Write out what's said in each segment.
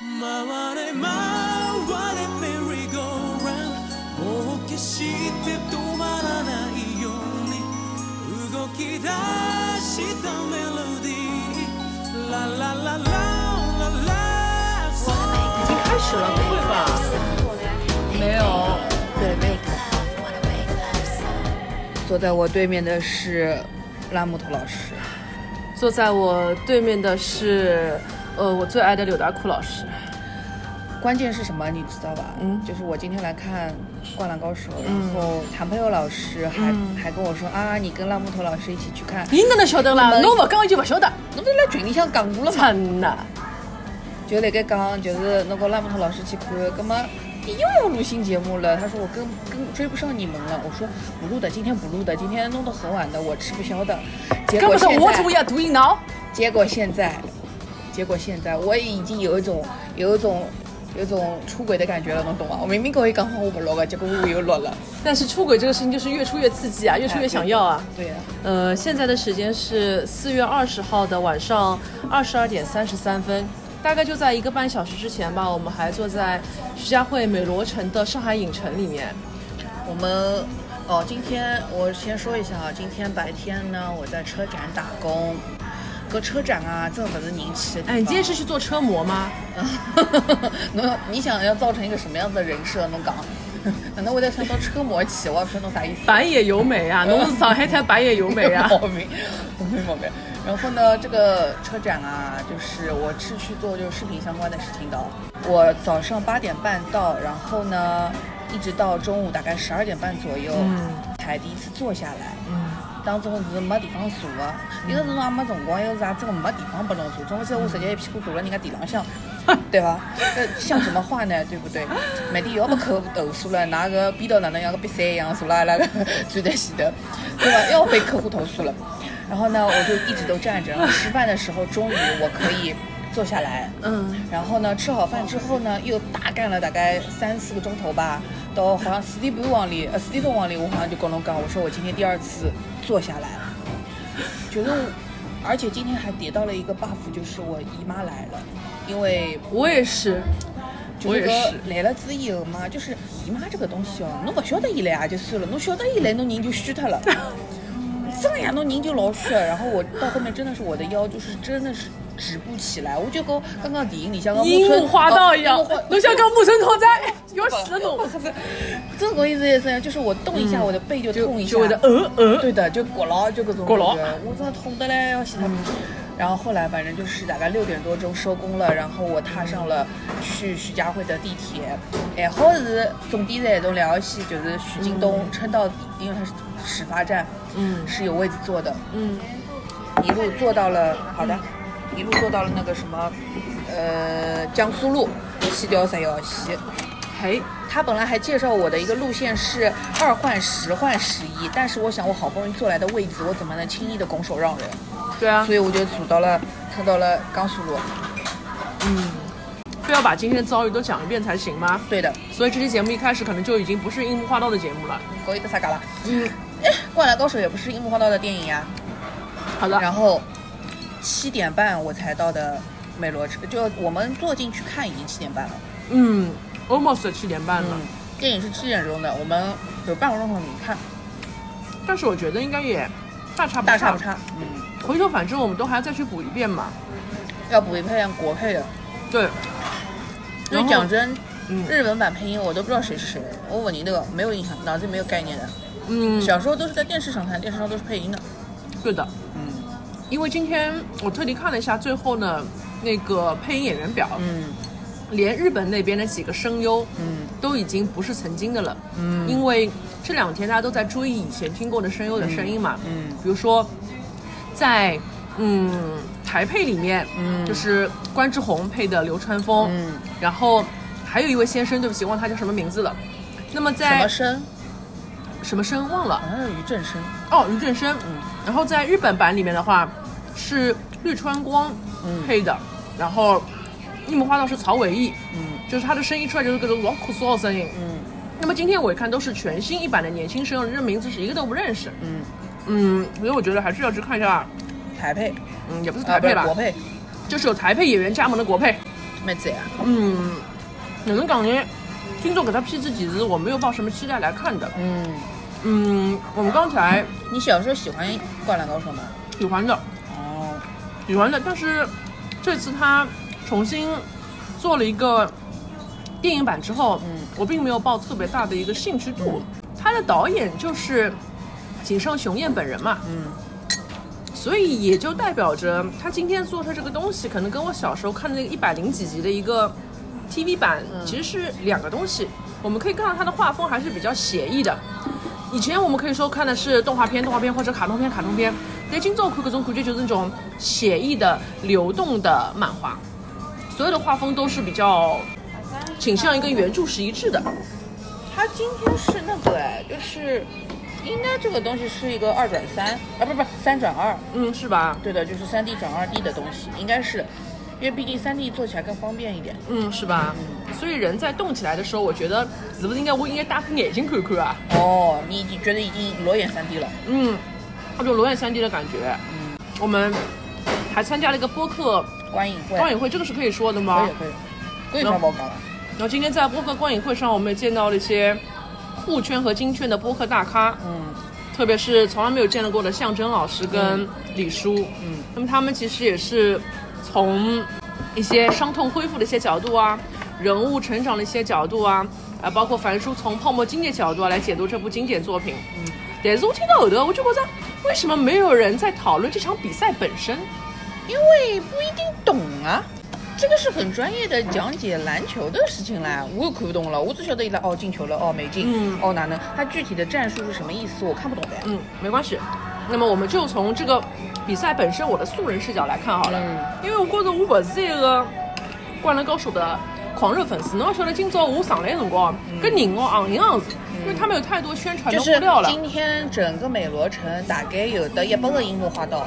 回れ回れメリーゴーラウンドもう決して止まらないように動き出したメロディー啦啦啦啦啦啦。 已经开始了，不会吧？没有。对，没有。坐在我对面的是拉木头老师， 坐在我对面的是我最爱的柳达库老师。 关键是什么你知道吧？就是我今天来看《灌篮高手》，然后谭佩友老师还跟我说啊，你跟拉木头老师一起去看。 应该能晓得啦，侬不讲就不晓得。 侬不是来群里向讲过了吗？ 真的。 就辣盖讲，就是那个拉木头老师去看，那么又要录新节目了。他说我跟追不上你们了。我说不录的，今天不录的，今天弄得很晚的，我吃不消的。结果现在我怎么也读音脑？ 结果现在我已经有一种出轨的感觉了，侬懂吗？我明明跟我讲好我不录的，结果我又录了。 但是出轨这个事情就是越出越刺激啊，越出越想要啊。 对呀。 现在的时间是4月20号的晚上22点33分。大概就在1个半小时之前吧，我们还坐在徐家汇美罗城的上海影城里面。 我们今天我先说一下啊，今天白天呢我在车展打工。个车展啊，这不是人气的地方。 你今天是去做车模吗？ 你想要造成一个什么样子的人设？侬讲，难道我在想到车模起？我也不知道侬啥意思。 板野由美啊，侬是上海滩板野由美啊。 毛病。然后呢，这个车展啊，就是我是去做就是视频相关的事情的。我早上8点半到，然后呢，一直到中午大概12点半左右，才第一次坐下来。当中是没地方坐的，一个是侬也没辰光，一个是也真的没地方拨侬坐。总之我直接一屁股坐了人家地浪向，对吧？像什么话呢？对不对？每天要不扣投诉了，拿个边头哪能像个比赛一样坐了那个站在前头，对吧？要被客户投诉了。然后呢，我就一直都站着。然后吃饭的时候，终于我可以坐下来。然后呢，吃好饭之后呢，又大干了大概3-4个钟头吧。到好像4点半往里，4点钟往里，我好像就跟侬讲，我说我今天第2次坐下来，觉得而且今天还叠到了一个 buff， 就是我姨妈来了，因为我也是， 来了之后嘛，就是姨妈这个东西哦，侬不晓得伊来也就算了，侬晓得伊来，侬人就虚脱了，真的呀，侬人就老虚了。然后我到后面真的是我的腰就是真的是直不起来，我就跟刚刚电影里像个樱木花道一样，侬像个木村拓哉，要死了侬！ 这个意思也是，就是我动一下，我的背就痛一下，对的，就裹牢，就各种感觉，我真的痛得嘞要死他们。然后后来反正就是大概6点多钟收工了，然后我踏上了去徐家汇的地铁，还好是总点站从2号线就是徐京东撑到底，因为它是始发站，是有位置坐的，一路坐到了一路坐到了那个什么江苏路西条3号线。他本来还介绍我的一个路线是2换10换11，但是我想我好不容易坐来的位置，我怎么能轻易的拱手让人？ 对啊， 所以我就蹭到了江苏路。 非要把今天的遭遇都讲一遍才行吗？ 对的。 所以这期节目一开始可能就已经不是樱木花道的节目了。 搞一个啥嘎啦？灌篮高手也不是樱木花道的电影呀。 好的。 然后7点半我才到的美罗城，就我们坐进去看已经7点半了。 almost 7点半了。 电影是7点钟的，我们有半个钟头没看。 但是我觉得应该也大差不差。回头反正我们都还要再去补一遍嘛。 要补一遍国配的。对。因为讲真，日文版配音我都不知道谁是谁，我稳定的没有印象，脑子里没有概念的。小时候都是在电视上看，电视上都是配音的。 对的。因为今天我特地看了一下最后呢那个配音演员表，连日本那边的几个声优，都已经不是曾经的了，因为这2天大家都在追忆以前听过的声优的声音嘛，比如说在台配里面，就是关之宏配的流川枫，然后还有一位先生，对不起忘他叫什么名字了，那么在什么生忘了， 好像是于正生于正生，然后在日本版里面的话是绿川光配的，然后樱木花道是曹伟毅，就是他的声音出来就是各种老酷骚的声音，那么今天我一看都是全新一版的年轻声优，这名字是一个都不认识，所以我觉得还是要去看一下台配， 也不是台配吧， 国配， 就是有台配演员加盟的国配， 蛮赞啊。 哪能讲呢？今朝搿只片子其实我没有抱什么期待来看的。我们刚才你小时候喜欢《灌篮高手》吗？ 喜欢的，喜欢的，但是这次他重新做了一个电影版之后，我并没有抱特别大的一个兴趣度。他的导演就是井上雄彦本人嘛，所以也就代表着他今天做的这个东西，可能跟我小时候看的那个100几集的一个 TV 版其实是两个东西。我们可以看到他的画风还是比较写意的。以前我们可以说看的是动画片或者卡通片，但今朝看各种感觉就是那种写意的流动的漫画，所有的画风都是比较倾向于跟原著是一致的。 他今天是那个就是应该这个东西是一个2转3啊，不3转2， 是吧？ 对的，就是 3D 转2D 的东西，应该是，因为毕竟 3D 做起来更方便一点。 是吧？所以人在动起来的时候，我觉得是不是我应该打开眼睛看看啊？ 你觉得已经裸眼 3D 了？ 那种裸眼 3D 的感觉。我们还参加了一个播客观影会， 这个是可以说的吗？ 可以说不讲了。 然后今天在播客观影会上，我们也见到了一些沪圈和京圈的播客大咖，特别是从来没有见到过的象征老师跟李叔，那么他们其实也是从一些伤痛恢复的一些角度啊，人物成长的一些角度啊，包括樊叔从泡沫经济角度来解读这部经典作品。但是我听到后头，我就觉得为什么没有人在讨论这场比赛本身？ 因为不一定懂啊。这个是很专业的讲解篮球的事情啦，我又看不懂了，我只晓得进球了，没进，哪能？它具体的战术是什么意思，我看不懂的。 没关系。那么我们就从这个比赛本身我的素人视角来看好了，因为我觉得我不是一个灌篮高手的狂热粉丝。侬要晓得今朝我上来的辰光，跟人行业样子，因为他们有太多宣传的物料了。 今天整个美罗城大概有的100个樱木花道。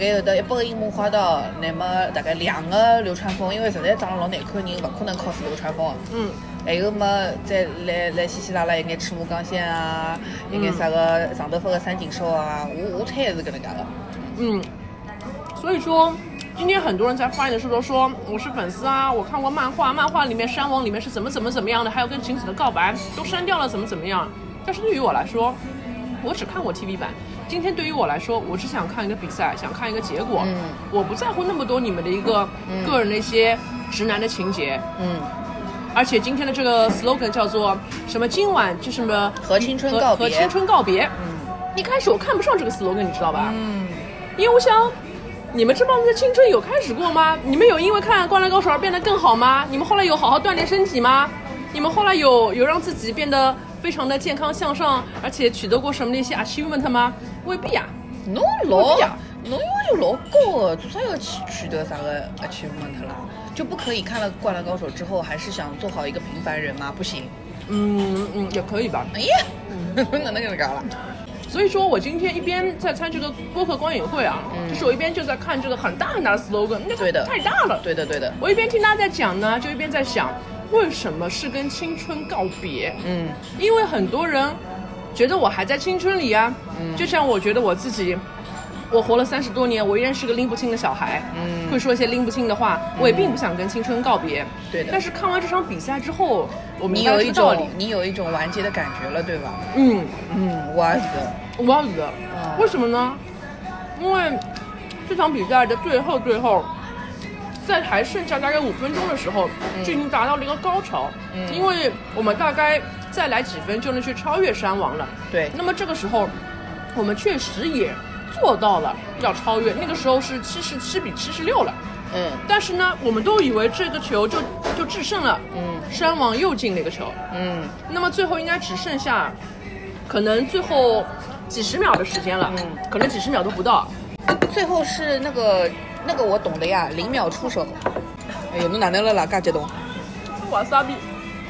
那么大概2个流川枫，因为实在长得老难看的人，不可能 cos 流川枫。还有嘛，再来稀稀拉拉一眼赤木刚宪啊，一眼啥个长头发的三井寿啊，我猜也是搿能介的。 所以说今天很多人在发言的时候都说我是粉丝啊，我看过漫画里面山王里面是怎么样的，还有跟晴子的告白都删掉了怎么样。但是对于我来说，我只看过 TV 版。今天对于我来说，我只想看一个比赛，想看一个结果，我不在乎那么多你们的一个个人的一些直男的情节。而且今天的这个 slogan 叫做什么？今晚就什么和青春告别。 一开始我看不上这个 slogan， 你知道吧？因为我想，你们这帮子的青春有开始过吗？你们有因为看《灌篮高手》而变得更好吗？你们后来有好好锻炼身体吗？你们后来有让自己变得非常的健康向上，而且取得过什么的一些 achievement 吗？未必啊。 侬因为就老高，做啥要取得啥个 achievement 啦？就不可以看了《灌篮高手》之后，还是想做好一个平凡人吗？不行。 也可以吧。 哎呀，哪能给你搞了？ 所以说我今天一边在参这个播客观影会啊，就是我一边就在看这个很大的 slogan， 那个太大了。对的。我一边听大家在讲呢，就一边在想，为什么是跟青春告别？因为很多人觉得我还在青春里啊，就像我觉得我自己，我活了30多年，我依然是个拎不清的小孩，会说一些拎不清的话，我也并不想跟青春告别。对的。但是看完这场比赛之后，我明白这个道理， 你有一种完结的感觉了，对吧？我也是的。 为什么呢？因为这场比赛的最后，在还剩下大概5分钟的时候，就已经达到了一个高潮。因为我们大概再来几分就能去超越山王了。对。那么这个时候，我们确实也做到了要超越，那个时候是77比76了。但是呢，我们都以为这个球就制胜了。山王又进了一个球。那么最后应该只剩下，可能最后几十秒的时间了。可能几十秒都不到。 最后是那个我懂的呀，0秒出手。哎呦，侬哪能了啦？嘎激动。 瓦萨比。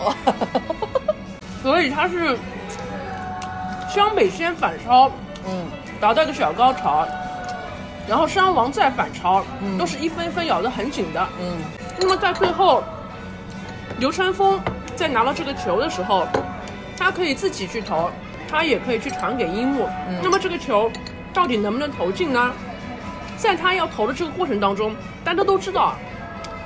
所以他是湘北先反超，达到一个小高潮，然后山王再反超，都是一分一分咬得很紧的。那么在最后，流川枫在拿到这个球的时候，他可以自己去投，他也可以去传给樱木。那么这个球到底能不能投进呢？在他要投的这个过程当中，大家都知道，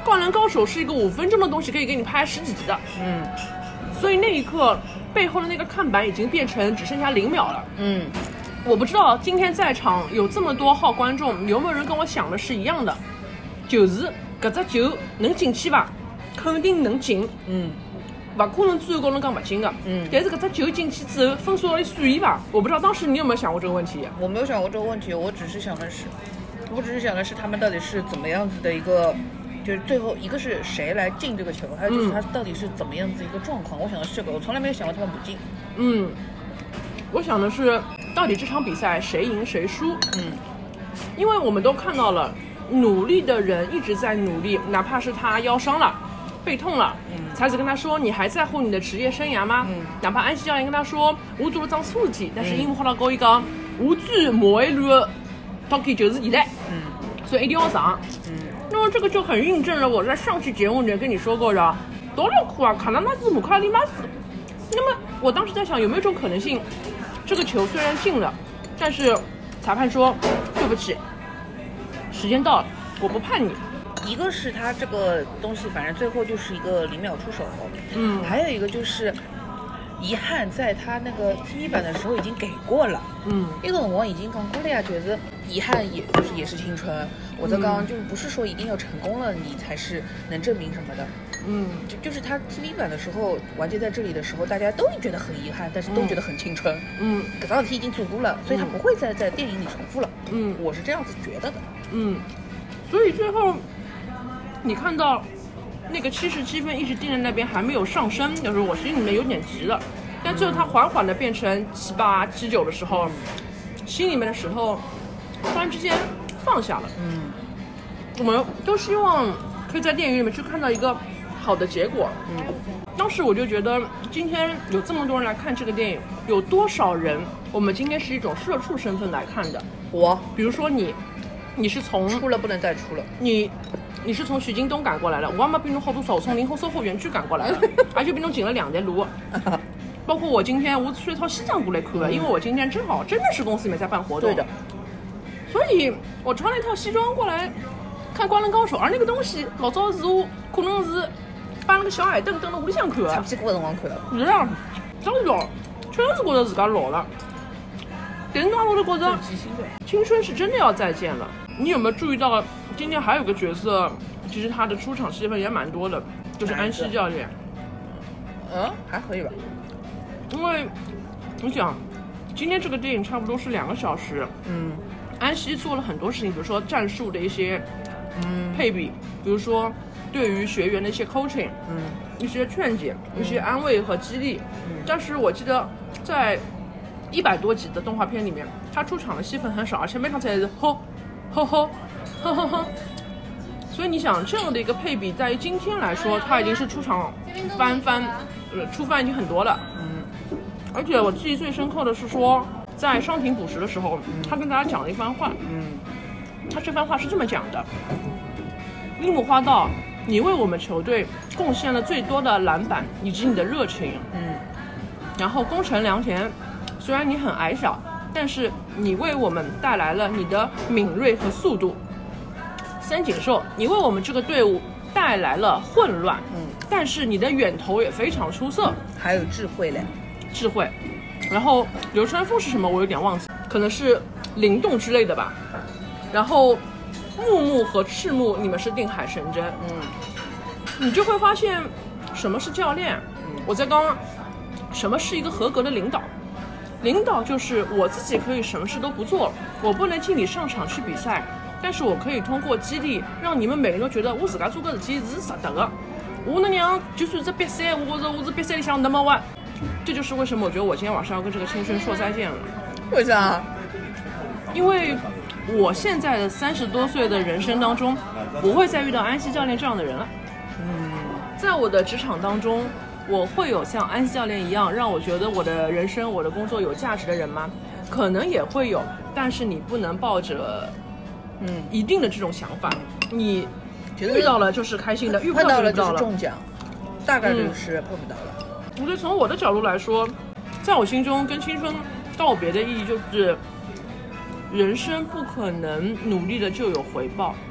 灌篮高手是一个5分钟的东西，可以给你拍10几集的。所以那一刻背后的那个看板已经变成只剩下0秒了。我不知道今天在场有这么多号观众，有没有人跟我想的是一样的？就是搿只球能进去吧？肯定能进。不可能最后高能讲不进的。但是搿只球进去之后，分数到底算伊吧？我不知道当时你有没有想过这个问题？ 我没有想过这个问题，我只是想的是他们到底是怎么样子的一个，就是最后一个是谁来进这个球，还有就是他到底是怎么样子一个状况。我想的是这个，我从来没有想过他们不进。 我想的是到底这场比赛谁赢谁输。因为我们都看到了努力的人一直在努力，哪怕是他腰伤了背痛了，才子跟他说你还在乎你的职业生涯吗？哪怕安西教练跟他说我做了桩错事体，但是樱木花道跟伊讲我最末一路的到底就是现在，所以一定要上。那么这个就很印证了我在上期节目里面跟你说过的多洛库啊卡纳纳兹姆卡利马斯。那么我当时在想有没有一种可能性，这个球虽然进了，但是裁判说对不起，时间到了，我不判你。 一个是他这个东西，反正最后就是一个0秒出手，还有一个就是遗憾，在他那个 TV 版的时候已经给过了，那个我已经讲过了呀，觉得遗憾也是青春。我在刚刚就不是说一定要成功了你才是能证明什么的，就是他 TV 版的时候，完结在这里的时候，大家都觉得很遗憾，但是都觉得很青春，可是题已经做过了，所以他不会再在电影里重复了，我是这样子觉得的， 所以最后你看到那个77分一直定在那边还没有上升，就是我心里面有点急了，但最后它缓缓的变成78、79的时候，心里面的石头突然之间放下了。我们都希望可以在电影里面去看到一个好的结果。当时我就觉得今天有这么多人来看这个电影，有多少人我们今天是一种社畜身份来看的？比如说你是从出了不能再出了， 你是从徐京东赶过来了，我也没比侬好多少，从临后售后园区赶过来了，而且比侬近了2段路。包括我今天我穿一套西装过来看的，因为我今天正好真的是公司里面在办活动， 对的， 所以我穿了一套西装过来看《灌篮高手》，而那个东西老早是我可能是搬了个小矮凳蹲到屋里向看的， 擦屁股的辰光看的。 是啊，当时确实是觉得自家老了，但是呢，我就觉得青春是真的要再见了。你有没有注意到今天还有个角色，其实他的出场戏份也蛮多的，就是安西教练。 还可以吧。 因为你想，今天这个电影差不多是2个小时，安西做了很多事情，比如说战术的一些配比，比如说对于学员的一些 coaching，一些劝解，一些安慰和激励。但是我记得在100多集的动画片里面，他出场的戏份很少，而且每场才是吼吼吼吼吼吼。所以你想这样的一个配比，在于今天来说，他已经是出场出番已经很多了。而且我记忆最深刻的是说，在伤停补时的时候，他跟大家讲了一番话。他这番话是这么讲的：樱木花道，你为我们球队贡献了最多的篮板以及你的热情。然后宫城良田，虽然你很矮小，但是你为我们带来了你的敏锐和速度。三井寿，你为我们这个队伍带来了混乱，但是你的远投也非常出色， 还有智慧嘞。 然后流川枫是什么我有点忘记，可能是灵动之类的吧。然后木木和赤木你们是定海神针。你就会发现什么是教练。我在刚刚什么是一个合格的领导。领导就是我自己可以什么事都不做，我不能替你上场去比赛，但是我可以通过激励让你们每个人都觉得我自家做个事体是值得的。我能让就算这比赛我是比赛里向number one。这就是为什么我觉得我今天晚上要跟这个青春说再见了。 为啥？ 因为我现在的30多岁的人生当中，不会再遇到安西教练这样的人了。在我的职场当中，我会有像安西教练一样让我觉得我的人生我的工作有价值的人吗？可能也会有，但是你不能抱着一定的这种想法。你遇到了就是开心的，遇不到就是中奖，大概率是碰不到了。 我觉得从我的角度来说，在我心中跟青春告别的意义就是人生不可能努力的就有回报。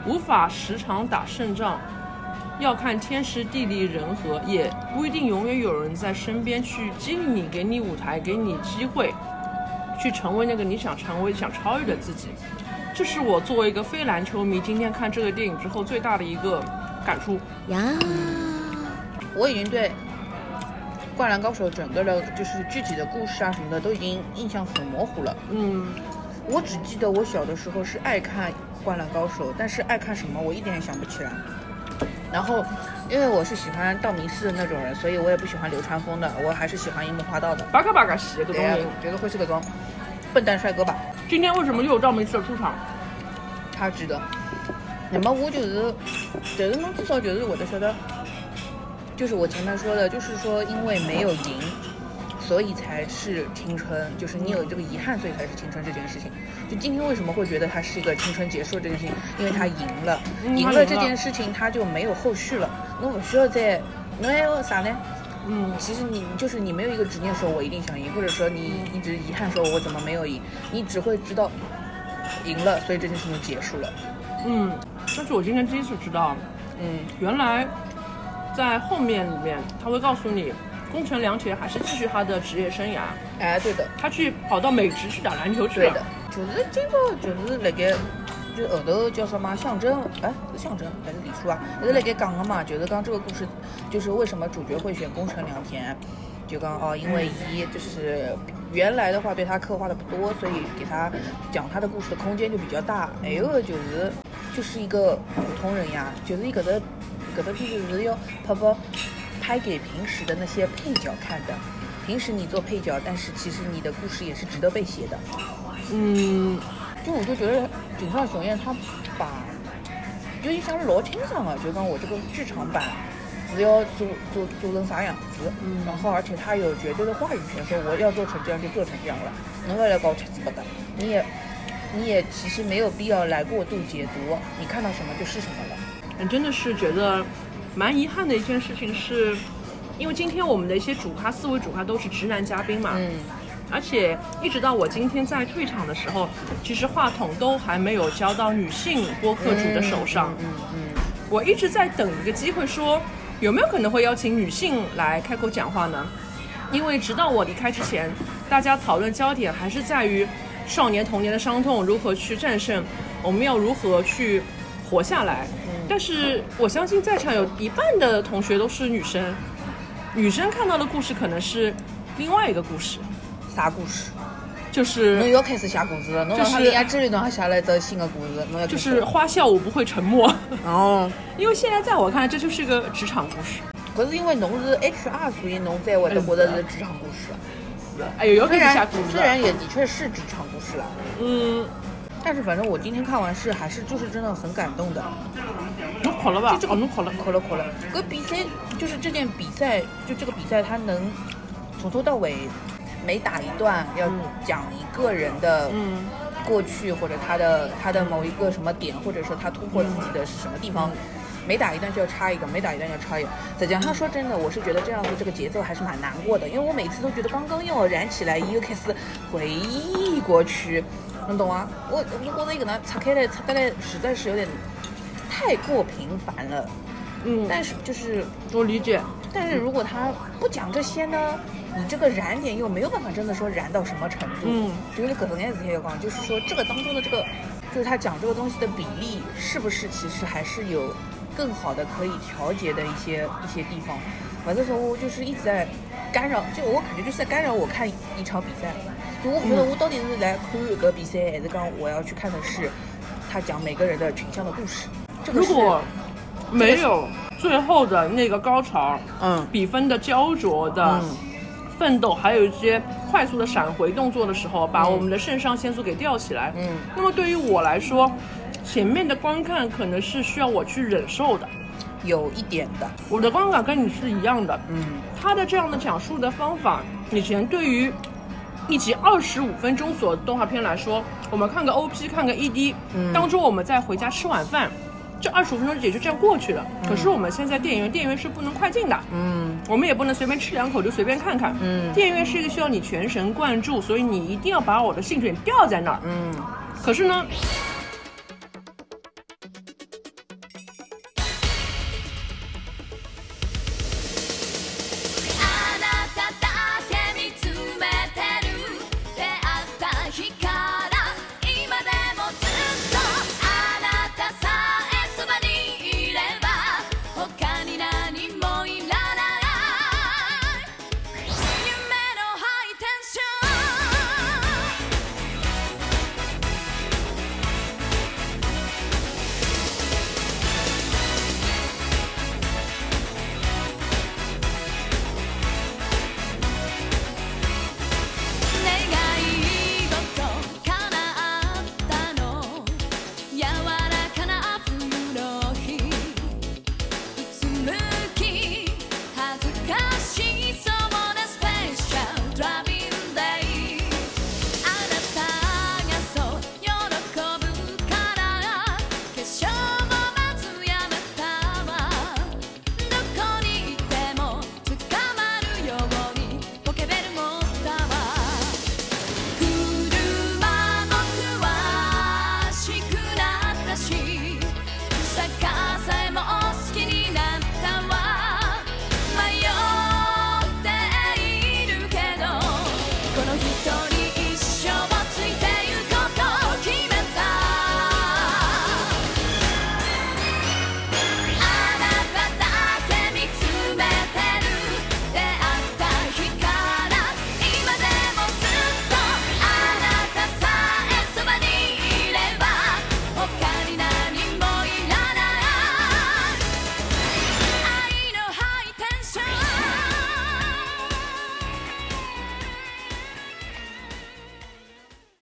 无法时常打胜仗，要看天时地利人和，也不一定永远有人在身边去激励你，给你舞台，给你机会，去成为那个你想成为、想超越的自己。这是我作为一个非篮球迷，今天看这个电影之后最大的一个感触呀。我已经对《灌篮高手》整个的就是具体的故事啊什么的都已经印象很模糊了。我只记得我小的时候是爱看《灌篮高手》，但是爱看什么我一点也想不起来。然后因为我是喜欢道明寺的那种人，所以我也不喜欢流川枫的，我还是喜欢樱木花道的。 巴卡巴卡西这种人， 觉得会是个种笨蛋帅哥吧。 今天为什么又有道明寺的出场？ 他值得。那么我就是侬至少就是我的说的，就是我前面说的，就是说因为没有赢，所以才是青春，就是你有这个遗憾，所以才是青春这件事情。就今天为什么会觉得它是一个青春结束这件事情？因为他赢了，赢了这件事情他就没有后续了。侬不需要再，侬还有啥呢？其实你就是你没有一个执念说我一定想赢，或者说你一直遗憾说我怎么没有赢，你只会知道赢了，所以这件事情就结束了。 但是我今天第一次知道，原来在后面里面他会告诉你，宫城良田还是继续他的职业生涯。 哎，对的， 他跑到美职去打篮球去了。 对的，就是今朝就是那个。就后头叫什么象征，是象征还是李叔啊？是辣盖讲的嘛，就是讲这个故事，就是为什么主角会选宫城良田，就讲因为就是原来的话对他刻画的不多，所以给他讲他的故事的空间就比较大。还有个就是一个普通人呀，就是搿个片子是要拍给平时的那些配角看的。平时你做配角，但是其实你的故事也是值得被写的。就我就觉得井上雄彦他把有点像是老清爽了，就讲我这个剧场版只要做成啥样子，然后而且他有绝对的话语权，说我要做成这样就做成这样了，能够来搞吃不的，你也其实没有必要来过度解读，你看到什么就是什么了。 真的是觉得蛮遗憾的一件事情是，因为今天我们的一些4位主咖都是直男嘉宾嘛。而且一直到我今天在退场的时候，其实话筒都还没有交到女性播客主的手上。我一直在等一个机会，说有没有可能会邀请女性来开口讲话呢？因为直到我离开之前，大家讨论焦点还是在于少年童年的伤痛如何去战胜，我们要如何去活下来。但是我相信在场有一半的同学都是女生，女生看到的故事可能是另外一个故事。 啥故事？ 就是侬要开始写故事了，侬让他恋爱之旅，侬还写了一则新的故事，侬要就是花笑我不会沉默。因为现在在我看来，这就是个职场故事。 可是因为侬是 HR， 所以侬才会得觉得是职场故事。 是，哎呦，开始写故事。 虽然也的确是职场故事了。但是反正我今天看完是还是就是真的很感动的。 侬哭了吧？ 侬哭了。这比赛就是这件比赛，就这个比赛，它能从头到尾。每打一段要讲一个人的过去，或者他的某一个什么点，或者说他突破自己的是什么地方，每打一段就要插一个，每打一段就要插一个。再加上说真的，我是觉得这样子这个节奏还是蛮难过的，因为我每次都觉得刚刚要燃起来，又开始回忆过去，能懂吗？我觉得一个呢拆开来实在是有点太过频繁了。但是就是我理解， 但是如果他不讲这些呢？你这个燃点又没有办法真的说燃到什么程度，就是各种样子也讲，就是说这个当中的这个，就是他讲这个东西的比例是不是其实还是有更好的可以调节的一些地方。反正说我就是一直在干扰，就我感觉就是在干扰我看一场比赛。就我觉得我到底是来看一个比赛，还是刚我要去看的是他讲每个人的群像的故事。 如果没有最后的那个高潮，比分的焦灼的。奋斗，还有一些快速的闪回动作的时候，把我们的肾上腺素给吊起来。那么对于我来说，前面的观看可能是需要我去忍受的， 有一点的。 我的观感跟你是一样的。他的这样的讲述的方法，以前对于一集25分钟左右的动画片来说，我们看个 OP， 看个 ED，当中我们再回家吃晚饭。这25分钟也就这样过去了。可是我们现在电影院是不能快进的，我们也不能随便吃2口就随便看看，电影院是一个需要你全神贯注，所以你一定要把我的兴趣点吊在那儿。可是呢，